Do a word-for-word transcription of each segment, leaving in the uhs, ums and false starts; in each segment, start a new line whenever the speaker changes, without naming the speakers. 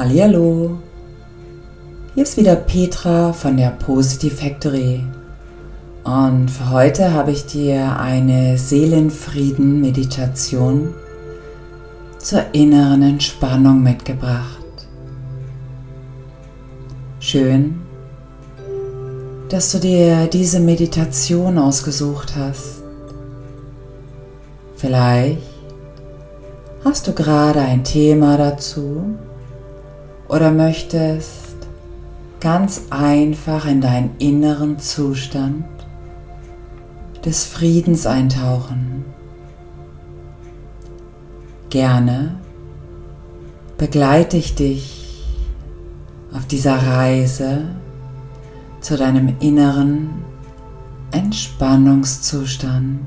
Hallihallo, hier ist wieder Petra von der Positive Factory und für heute habe ich dir eine Seelenfrieden-Meditation zur inneren Entspannung mitgebracht. Schön, dass du dir diese Meditation ausgesucht hast. Vielleicht hast du gerade ein Thema dazu oder möchtest ganz einfach in deinen inneren Zustand des Friedens eintauchen. Gerne begleite ich dich auf dieser Reise zu deinem inneren Entspannungszustand.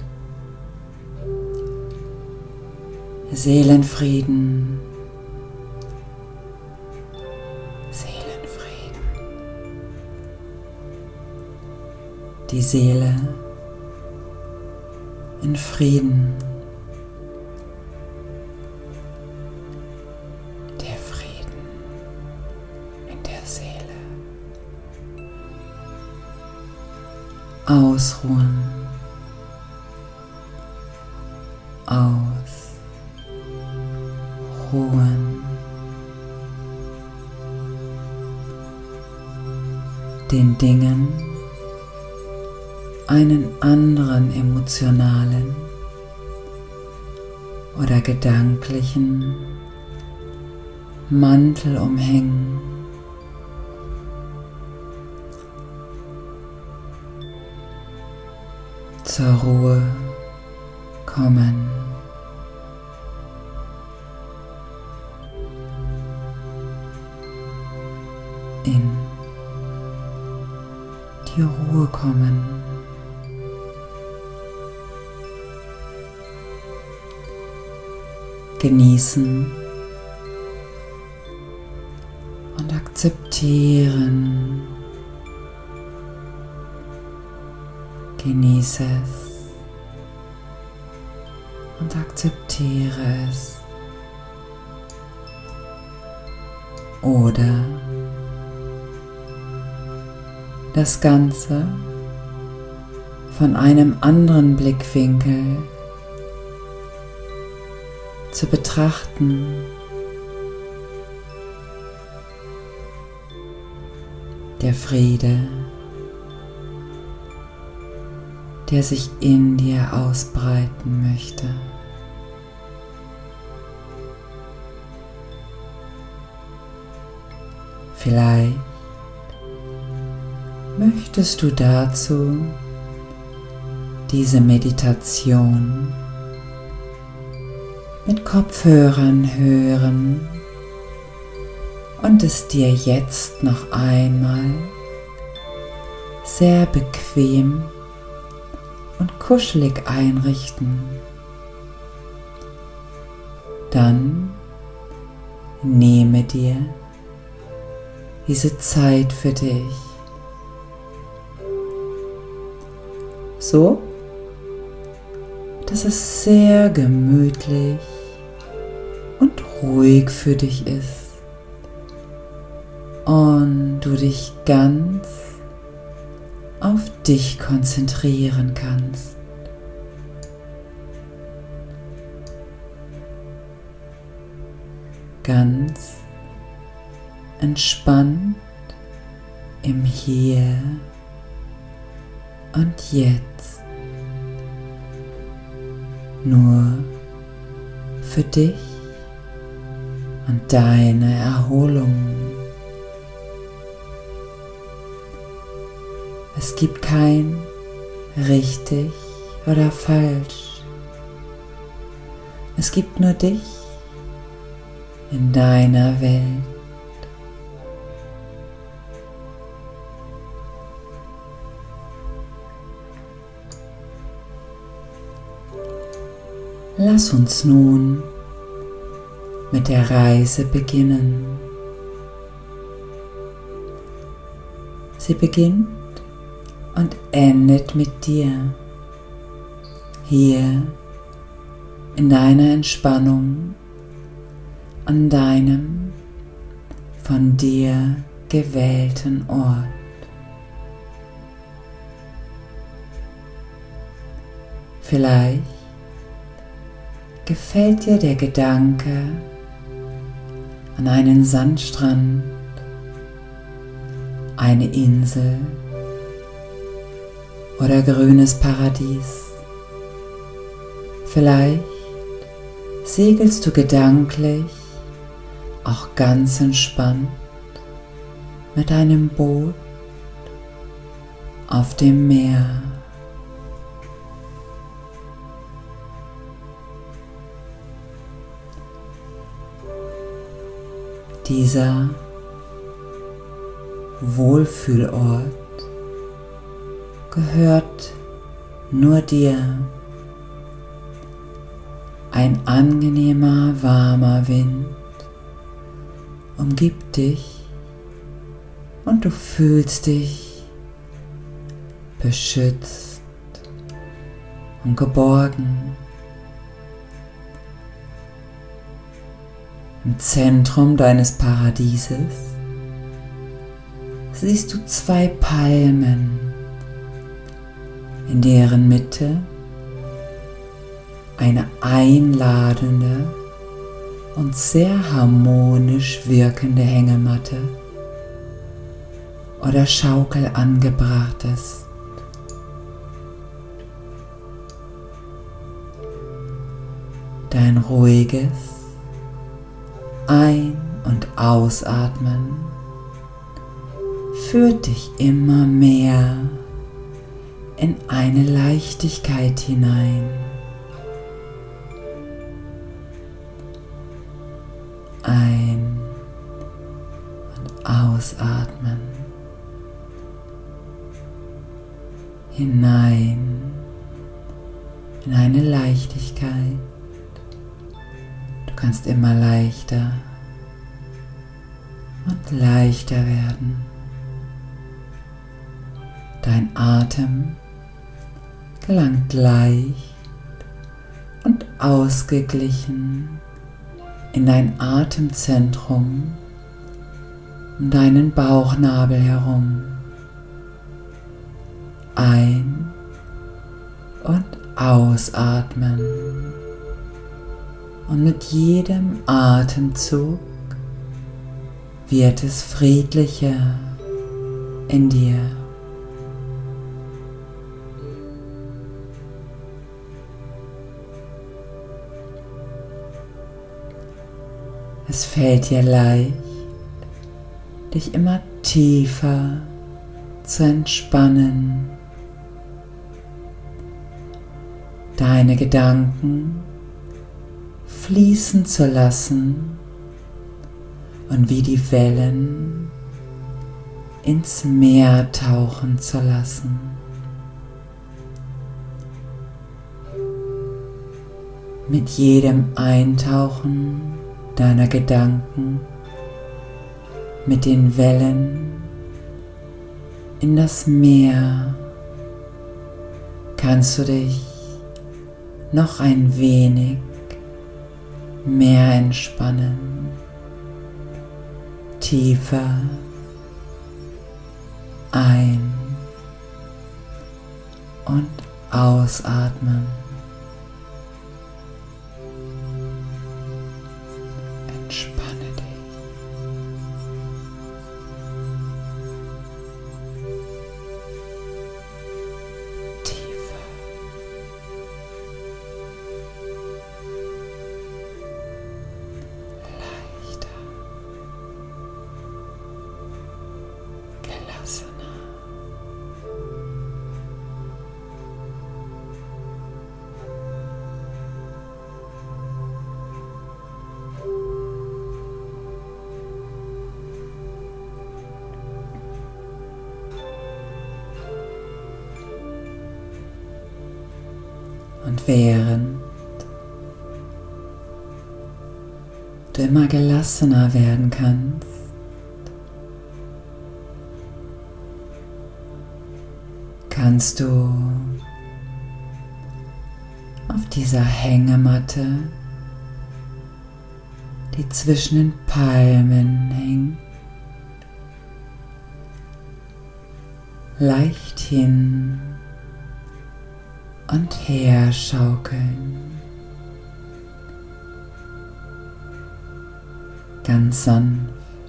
Seelenfrieden. Seelenfrieden. Die Seele in Frieden. Der Frieden in der Seele. Ausruhen. Ausruhen. Den Dingen einen anderen emotionalen oder gedanklichen Mantel umhängen. Zur Ruhe kommen. In die Ruhe kommen. Genießen und akzeptieren. Genieße es und akzeptiere es. Oder das Ganze von einem anderen Blickwinkel zu betrachten. Der Friede, der sich in dir ausbreiten möchte. Vielleicht möchtest du dazu diese Meditation mit Kopfhörern hören und es dir jetzt noch einmal sehr bequem und kuschelig einrichten. Dann nehme dir diese Zeit für dich. So, dass es sehr gemütlich und ruhig für dich ist und du dich ganz auf dich konzentrieren kannst. Ganz entspannt im Hier und Jetzt. Nur für dich und deine Erholung. Es gibt kein richtig oder falsch. Es gibt nur dich in deiner Welt. Lass uns nun mit der Reise beginnen. Sie beginnt und endet mit dir, hier in deiner Entspannung, an deinem von dir gewählten Ort. Vielleicht gefällt dir der Gedanke an einen Sandstrand, eine Insel oder grünes Paradies. Vielleicht segelst du gedanklich auch ganz entspannt mit einem Boot auf dem Meer. Dieser Wohlfühlort gehört nur dir. Ein angenehmer, warmer Wind umgibt dich und du fühlst dich beschützt und geborgen. Im Zentrum deines Paradieses siehst du zwei Palmen, in deren Mitte eine einladende und sehr harmonisch wirkende Hängematte oder Schaukel angebracht ist. Dein ruhiges Ein- und Ausatmen führt dich immer mehr in eine Leichtigkeit hinein. Ein- und ausatmen. Hinein in eine Leichtigkeit. Du kannst immer leichter und leichter werden. Dein Atem gelangt leicht und ausgeglichen in dein Atemzentrum um deinen Bauchnabel herum. Ein- und ausatmen. Und mit jedem Atemzug wird es friedlicher in dir. Es fällt dir leicht, dich immer tiefer zu entspannen. Deine Gedanken fließen zu lassen und wie die Wellen ins Meer tauchen zu lassen. Mit jedem Eintauchen deiner Gedanken mit den Wellen in das Meer kannst du dich noch ein wenig mehr entspannen, tiefer ein- und ausatmen. Entspanne dich. Tiefer. Leichter. Gelassener. Und während du immer gelassener werden kannst, kannst du auf dieser Hängematte, die zwischen den Palmen hängt, leicht hin und her schaukeln. Ganz sanft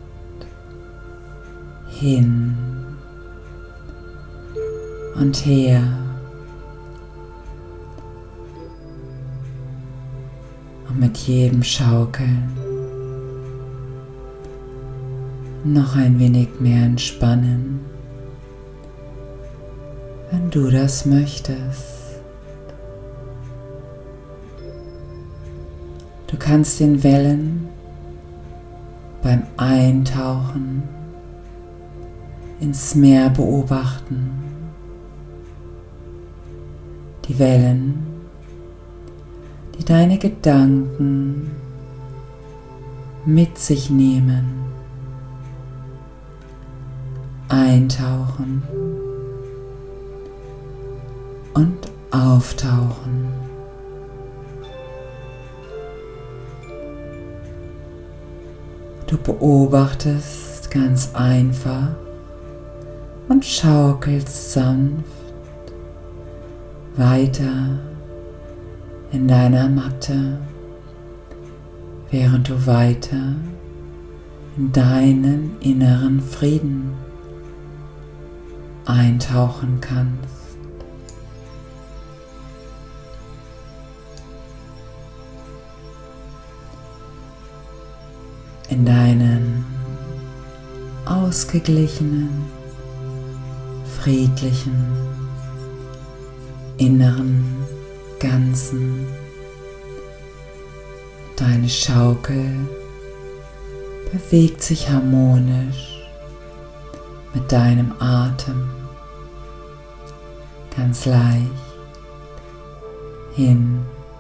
hin und her. Und mit jedem Schaukeln noch ein wenig mehr entspannen, wenn du das möchtest. Du kannst den Wellen beim Eintauchen ins Meer beobachten. Die Wellen, die deine Gedanken mit sich nehmen, eintauchen und auftauchen. Du beobachtest ganz einfach und schaukelst sanft weiter in deiner Matte, während du weiter in deinen inneren Frieden eintauchen kannst. In deinen ausgeglichenen, friedlichen, inneren Ganzen. Deine Schaukel bewegt sich harmonisch mit deinem Atem, ganz leicht hin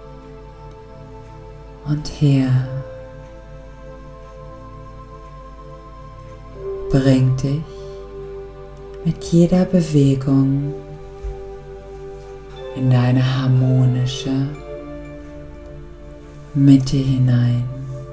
und her. Bringt dich mit jeder Bewegung in deine harmonische Mitte hinein.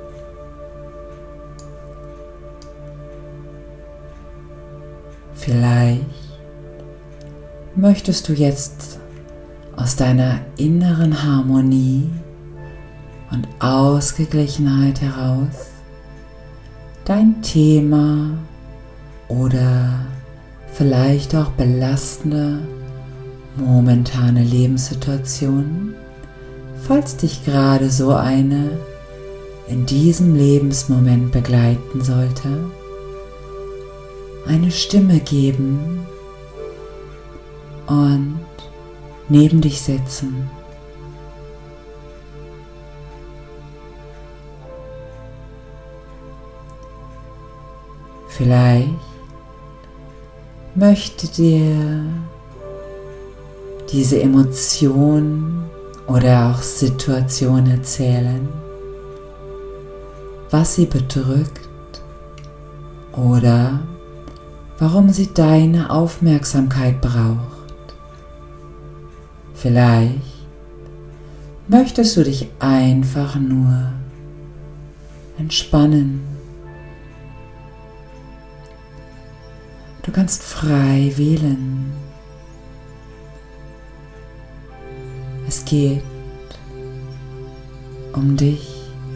Vielleicht möchtest du jetzt aus deiner inneren Harmonie und Ausgeglichenheit heraus dein Thema oder vielleicht auch belastende momentane Lebenssituation, falls dich gerade so eine in diesem Lebensmoment begleiten sollte, eine Stimme geben und neben dich setzen. Vielleicht möchte dir diese Emotion oder auch Situation erzählen, was sie bedrückt oder warum sie deine Aufmerksamkeit braucht. Vielleicht möchtest du dich einfach nur entspannen. Du kannst frei wählen. Es geht um dich.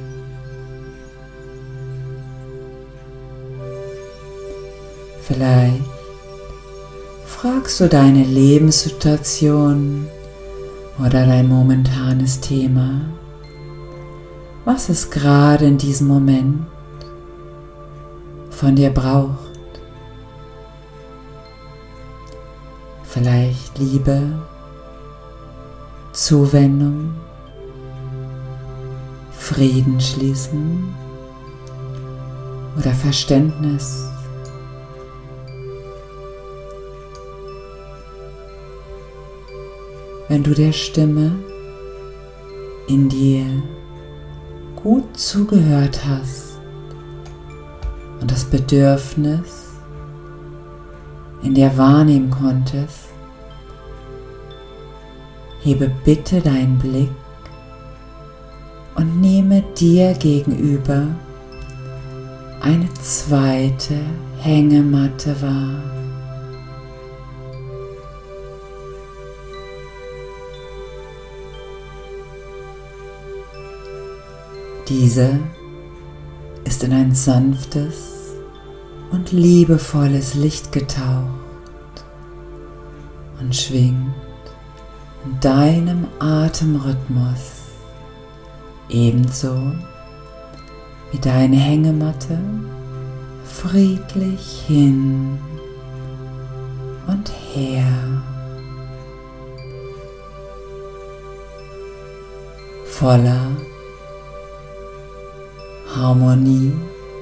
Vielleicht fragst du deine Lebenssituation oder dein momentanes Thema, was es gerade in diesem Moment von dir braucht. Vielleicht Liebe, Zuwendung, Frieden schließen oder Verständnis. Wenn du der Stimme in dir gut zugehört hast und das Bedürfnis in dir wahrnehmen konntest, hebe bitte deinen Blick und nehme dir gegenüber eine zweite Hängematte wahr. Diese ist in ein sanftes und liebevolles Licht getaucht und schwingt in deinem Atemrhythmus, ebenso wie deine Hängematte, friedlich hin und her. Voller Harmonie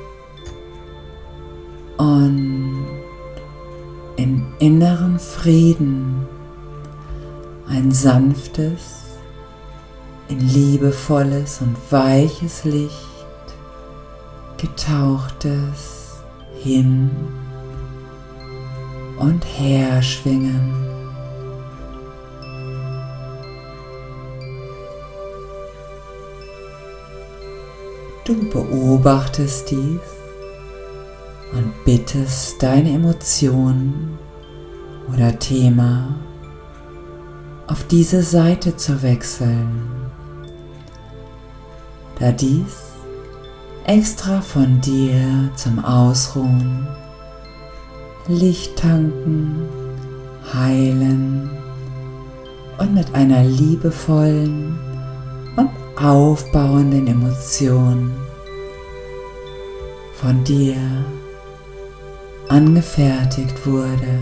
und in innerem Frieden, ein sanftes, in liebevolles und weiches Licht getauchtes Hin- und Herschwingen. Du beobachtest dies und bittest deine Emotionen oder Thema auf diese Seite zu wechseln, da dies extra von dir zum Ausruhen, Lichttanken, heilen und mit einer liebevollen und aufbauenden Emotion von dir angefertigt wurde.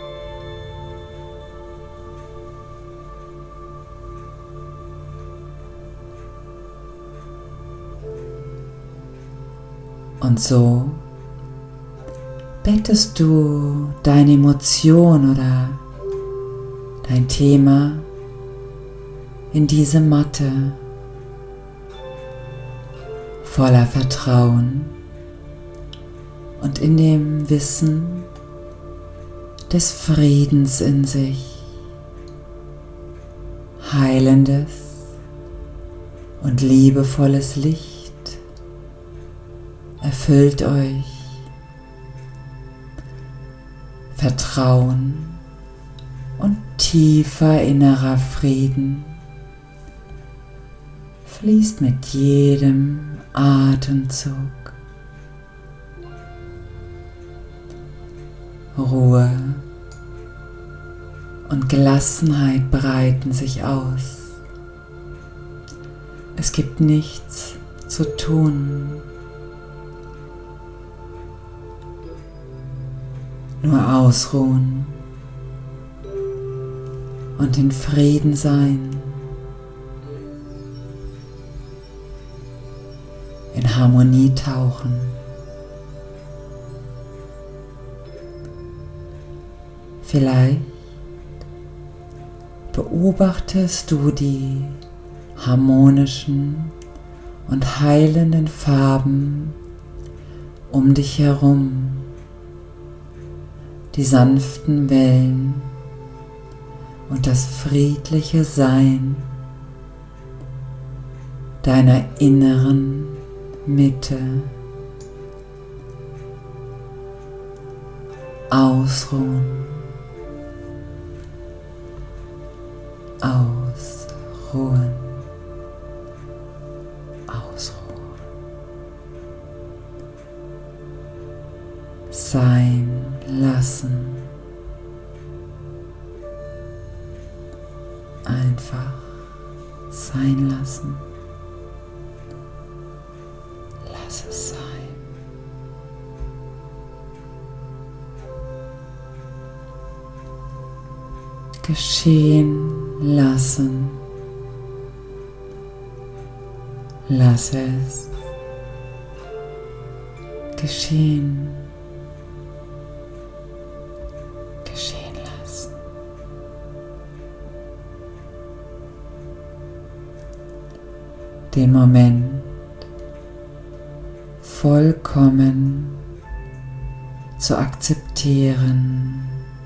Und so bettest du deine Emotion oder dein Thema in diese Matte voller Vertrauen und in dem Wissen des Friedens in sich, heilendes und liebevolles Licht erfüllt euch. Vertrauen und tiefer innerer Frieden fließt mit jedem Atemzug. Ruhe und Gelassenheit breiten sich aus. Es gibt nichts zu tun, nur ausruhen und in Frieden sein, in Harmonie tauchen. Vielleicht beobachtest du die harmonischen und heilenden Farben um dich herum, die sanften Wellen und das friedliche Sein deiner inneren Mitte. Ausruhen, ausruhen, ausruhen. Sein lassen. Einfach sein lassen. Lass es sein. Geschehen lassen. Lass es geschehen. Geschehen lassen. Den Moment vollkommen zu akzeptieren.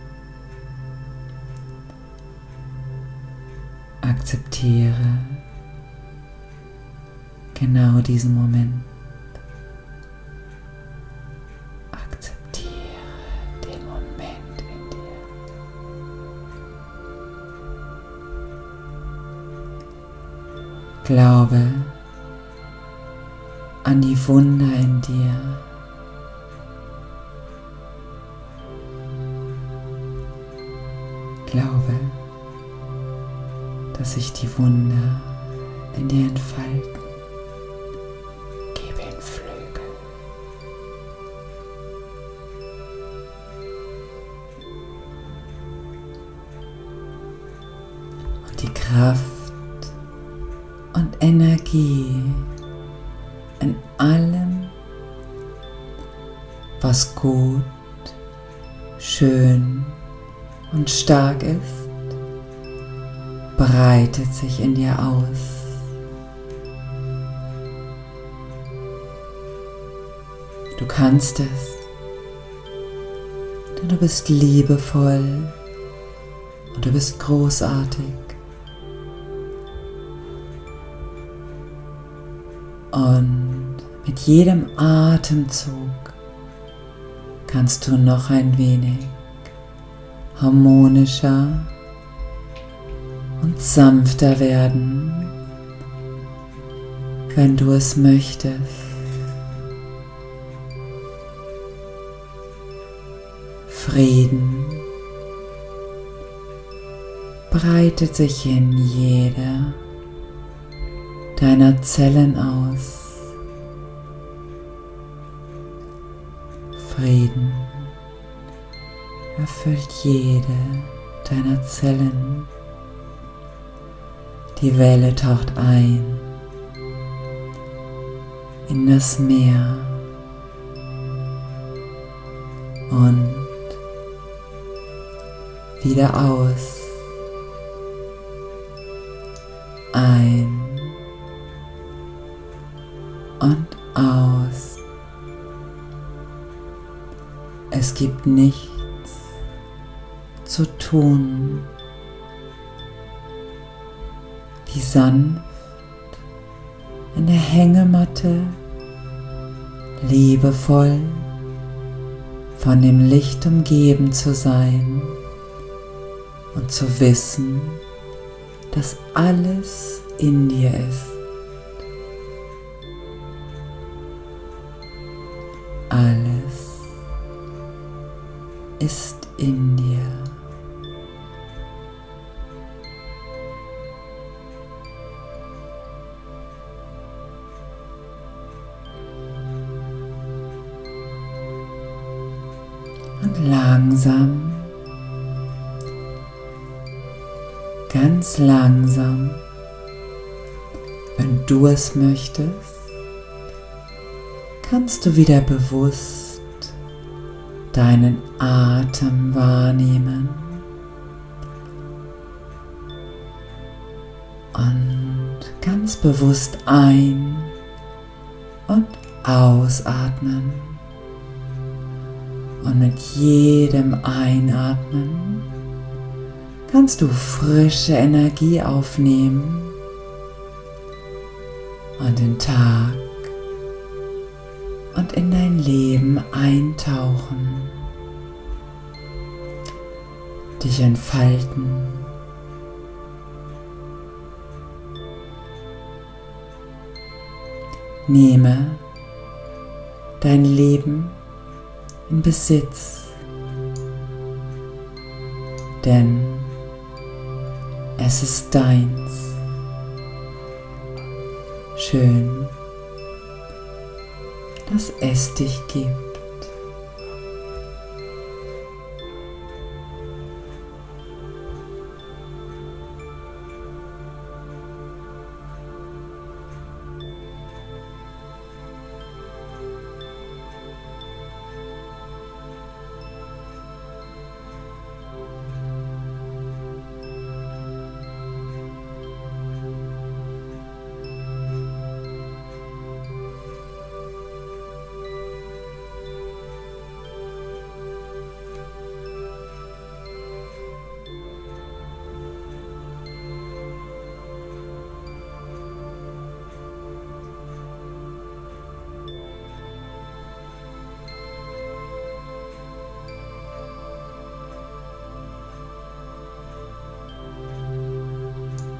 Akzeptiere genau diesen Moment. Akzeptiere den Moment in dir. Glaube, an die Wunder in dir. Glaube, dass sich die Wunder in dir entfalten. Gebe ihnen Flügel. Und die Kraft und Energie in allem, was gut, schön und stark ist, breitet sich in dir aus. Du kannst es, denn du bist liebevoll und du bist großartig. Und mit jedem Atemzug kannst du noch ein wenig harmonischer und sanfter werden, wenn du es möchtest. Frieden breitet sich in jeder deiner Zellen aus. Frieden erfüllt jede deiner Zellen. Die Welle taucht ein in das Meer und wieder aus. Ein und aus. Es gibt nichts zu tun, wie sanft in der Hängematte, liebevoll von dem Licht umgeben zu sein und zu wissen, dass alles in dir ist. Alles ist in dir. Und langsam, ganz langsam, wenn du es möchtest, kannst du wieder bewusst deinen Atem wahrnehmen und ganz bewusst ein- und ausatmen. Und mit jedem Einatmen kannst du frische Energie aufnehmen und den Tag und in dein Leben eintauchen, dich entfalten. Nehme dein Leben in Besitz, denn es ist deins. Schön, dass es dich gibt.